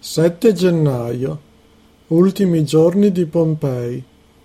7 gennaio. Ultimi giorni di Pompei.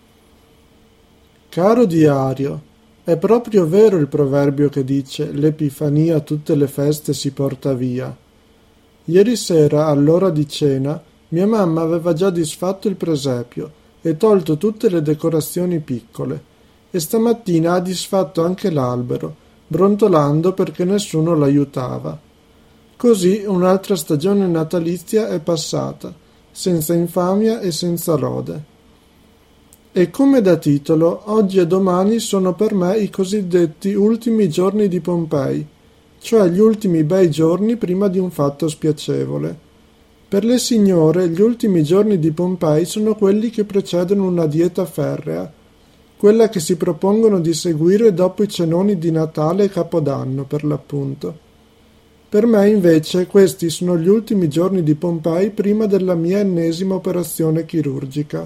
Caro diario, è proprio vero il proverbio che dice «L'Epifania tutte le feste si porta via». Ieri sera, all'ora di cena, mia mamma aveva già disfatto il presepio e tolto tutte le decorazioni piccole, e stamattina ha disfatto anche l'albero, brontolando perché nessuno l'aiutava. Così un'altra stagione natalizia è passata, senza infamia e senza lode. E come da titolo, oggi e domani sono per me i cosiddetti ultimi giorni di Pompei, cioè gli ultimi bei giorni prima di un fatto spiacevole. Per le signore, gli ultimi giorni di Pompei sono quelli che precedono una dieta ferrea, quella che si propongono di seguire dopo i cenoni di Natale e Capodanno, per l'appunto. Per me, invece, questi sono gli ultimi giorni di Pompei prima della mia ennesima operazione chirurgica.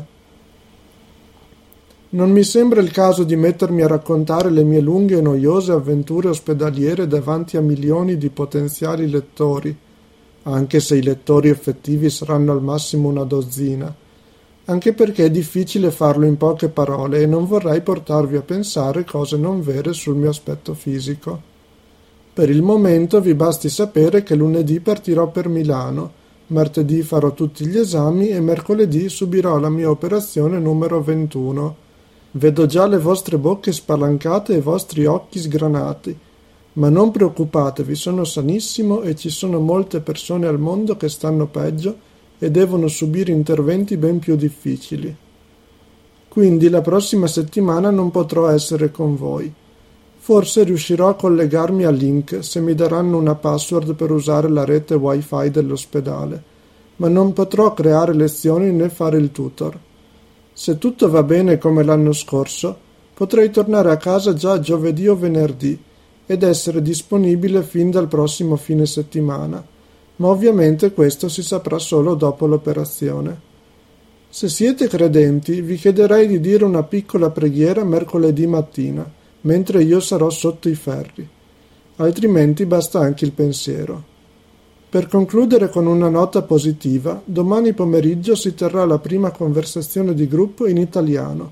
Non mi sembra il caso di mettermi a raccontare le mie lunghe e noiose avventure ospedaliere davanti a milioni di potenziali lettori, anche se i lettori effettivi saranno al massimo una dozzina, anche perché è difficile farlo in poche parole e non vorrei portarvi a pensare cose non vere sul mio aspetto fisico. Per il momento vi basti sapere che lunedì partirò per Milano, martedì farò tutti gli esami e mercoledì subirò la mia operazione numero 21. Vedo già le vostre bocche spalancate e i vostri occhi sgranati, ma non preoccupatevi, sono sanissimo e ci sono molte persone al mondo che stanno peggio e devono subire interventi ben più difficili. Quindi la prossima settimana non potrò essere con voi. Forse riuscirò a collegarmi al link se mi daranno una password per usare la rete wifi dell'ospedale, ma non potrò creare lezioni né fare il tutor. Se tutto va bene come l'anno scorso, potrei tornare a casa già giovedì o venerdì ed essere disponibile fin dal prossimo fine settimana, ma ovviamente questo si saprà solo dopo l'operazione. Se siete credenti, vi chiederei di dire una piccola preghiera mercoledì mattina, mentre io sarò sotto i ferri. Altrimenti basta anche il pensiero. Per concludere con una nota positiva, domani pomeriggio si terrà la prima conversazione di gruppo in italiano.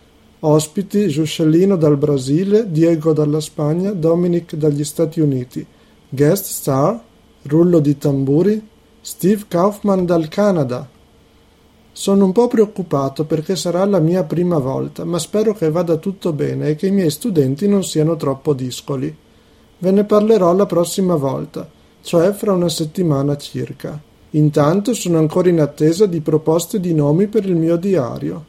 Ospiti Giuscellino dal Brasile, Diego dalla Spagna, Dominic dagli Stati Uniti. Guest star, rullo di tamburi, Steve Kaufman dal Canada. Sono un po' preoccupato perché sarà la mia prima volta, ma spero che vada tutto bene e che i miei studenti non siano troppo discoli. Ve ne parlerò la prossima volta, cioè fra una settimana circa. Intanto sono ancora in attesa di proposte di nomi per il mio diario.